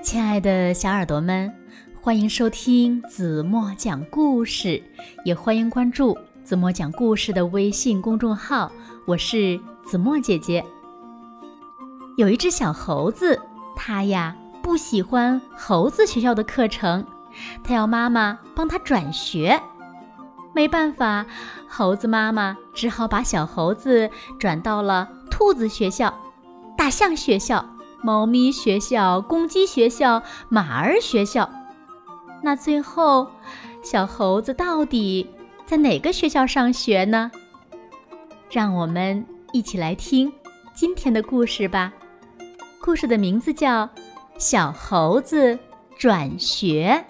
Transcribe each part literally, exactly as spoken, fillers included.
亲爱的小耳朵们，欢迎收听子墨讲故事，也欢迎关注子墨讲故事的微信公众号，我是子墨姐姐。有一只小猴子，它呀不喜欢猴子学校的课程，它要妈妈帮它转学。没办法，猴子妈妈只好把小猴子转到了兔子学校、大象学校、猫咪学校、公鸡学校、马儿学校。那最后，小猴子到底在哪个学校上学呢？让我们一起来听今天的故事吧。故事的名字叫《小猴子转学》。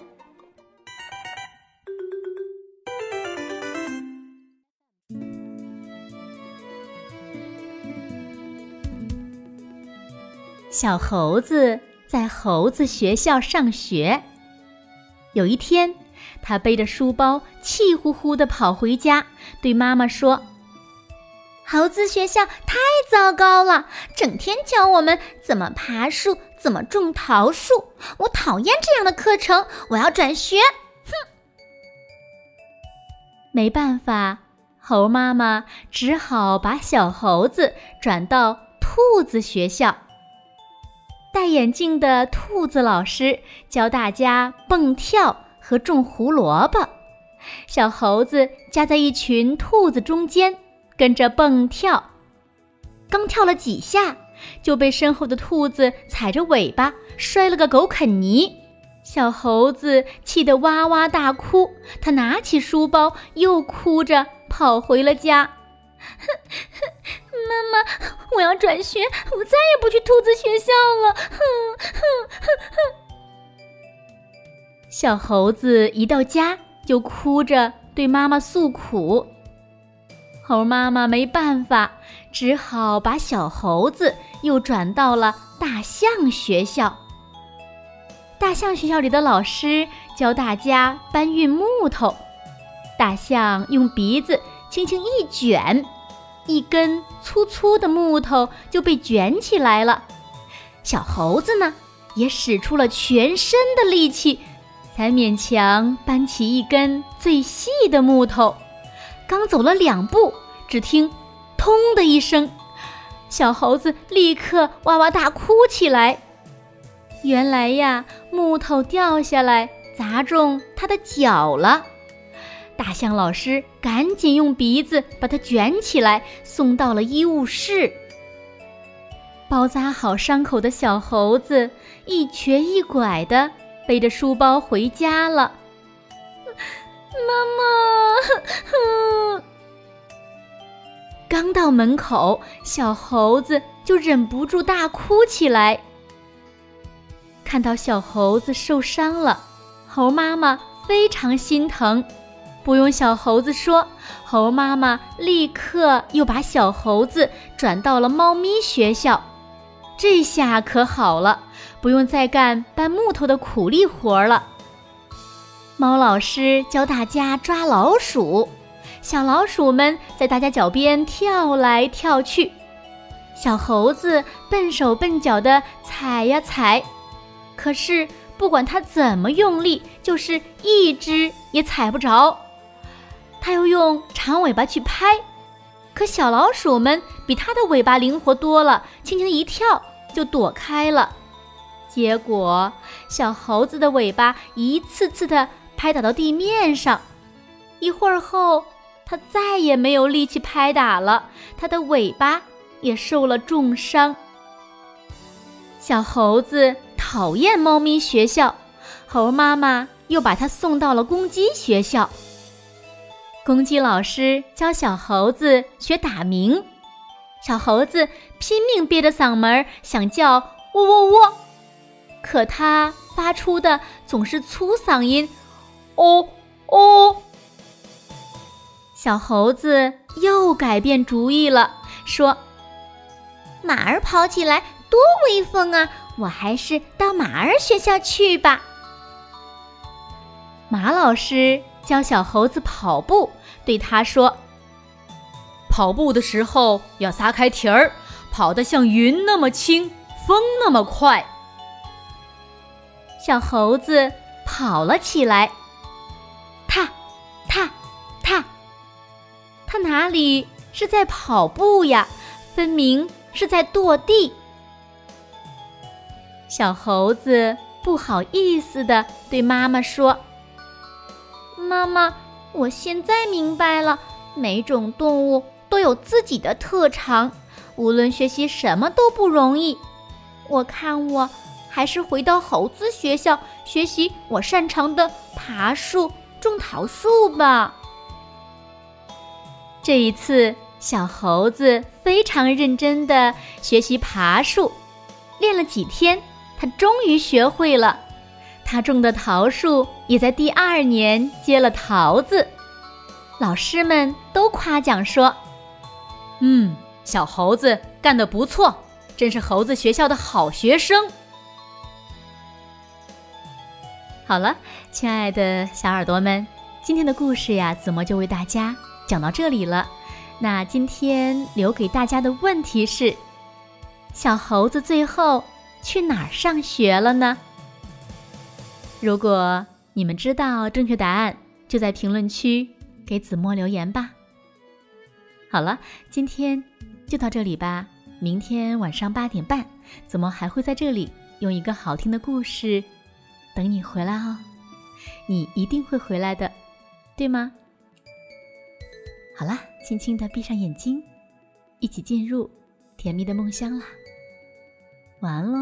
小猴子在猴子学校上学。有一天，他背着书包气呼呼地跑回家，对妈妈说：猴子学校太糟糕了，整天教我们怎么爬树，怎么种桃树，我讨厌这样的课程，我要转学。哼！没办法，猴妈妈只好把小猴子转到兔子学校。戴眼镜的兔子老师教大家蹦跳和种胡萝卜，小猴子夹在一群兔子中间，跟着蹦跳。刚跳了几下，就被身后的兔子踩着尾巴摔了个狗啃泥。小猴子气得哇哇大哭，他拿起书包又哭着跑回了家。妈妈，我要转学，我再也不去兔子学校了。哼哼哼哼。小猴子一到家就哭着对妈妈诉苦。猴妈妈没办法，只好把小猴子又转到了大象学校。大象学校里的老师教大家搬运木头，大象用鼻子轻轻一卷，一根粗粗的木头就被卷起来了。小猴子呢，也使出了全身的力气，才勉强搬起一根最细的木头。刚走了两步，只听通的一声，小猴子立刻哇哇大哭起来。原来呀，木头掉下来砸中他的脚了。大象老师赶紧用鼻子把它卷起来，送到了医务室。包扎好伤口的小猴子一瘸一拐地背着书包回家了。妈妈，刚到门口，小猴子就忍不住大哭起来。看到小猴子受伤了，猴妈妈非常心疼。不用小猴子说，猴妈妈立刻又把小猴子转到了猫咪学校。这下可好了，不用再干搬木头的苦力活了。猫老师教大家抓老鼠，小老鼠们在大家脚边跳来跳去，小猴子笨手笨脚地踩呀踩，可是不管它怎么用力，就是一只也踩不着。他又用长尾巴去拍，可小老鼠们比它的尾巴灵活多了，轻轻一跳就躲开了。结果小猴子的尾巴一次次地拍打到地面上，一会儿后，它再也没有力气拍打了，它的尾巴也受了重伤。小猴子讨厌猫咪学校，猴妈妈又把它送到了公鸡学校。公鸡老师教小猴子学打鸣，小猴子拼命憋着嗓门想叫喔喔喔，可它发出的总是粗嗓音喔喔。小猴子又改变主意了，说：马儿跑起来多威风啊，我还是到马儿学校去吧。马老师教小猴子跑步，对他说：跑步的时候要撒开蹄儿，跑得像云那么轻，风那么快。 小猴子跑了起来，踏踏踏，它哪里是在跑步呀，分明是在跺地。小猴子不好意思地对妈妈说：妈妈，我现在明白了，每种动物都有自己的特长，无论学习什么都不容易。我看我还是回到猴子学校学习我擅长的爬树、种桃树吧。这一次，小猴子非常认真地学习爬树，练了几天，他终于学会了。他种的桃树也在第二年结了桃子。老师们都夸奖说：嗯，小猴子干得不错，真是猴子学校的好学生。好了，亲爱的小耳朵们，今天的故事呀，子墨就为大家讲到这里了。那今天留给大家的问题是：小猴子最后去哪儿上学了呢？如果你们知道正确答案，就在评论区给子墨留言吧。好了，今天就到这里吧。明天晚上八点半，子墨还会在这里用一个好听的故事等你回来哦。你一定会回来的，对吗？好啦，轻轻地闭上眼睛，一起进入甜蜜的梦乡啦。晚安喽。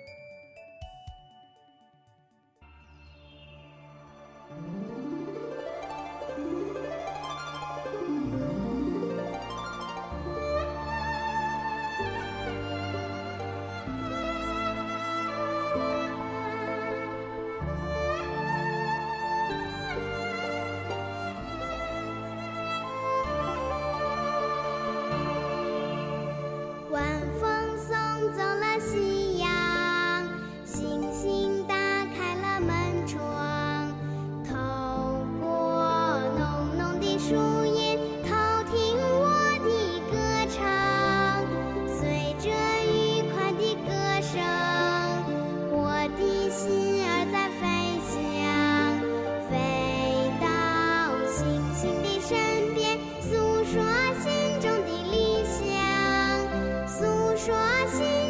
晚风送走了夕阳，星星打开了门窗，透过浓浓的树叶，偷听我的歌唱。随着愉快的歌声，我的心儿在飞翔，飞到星星的身边，诉说心中的理想。诉说心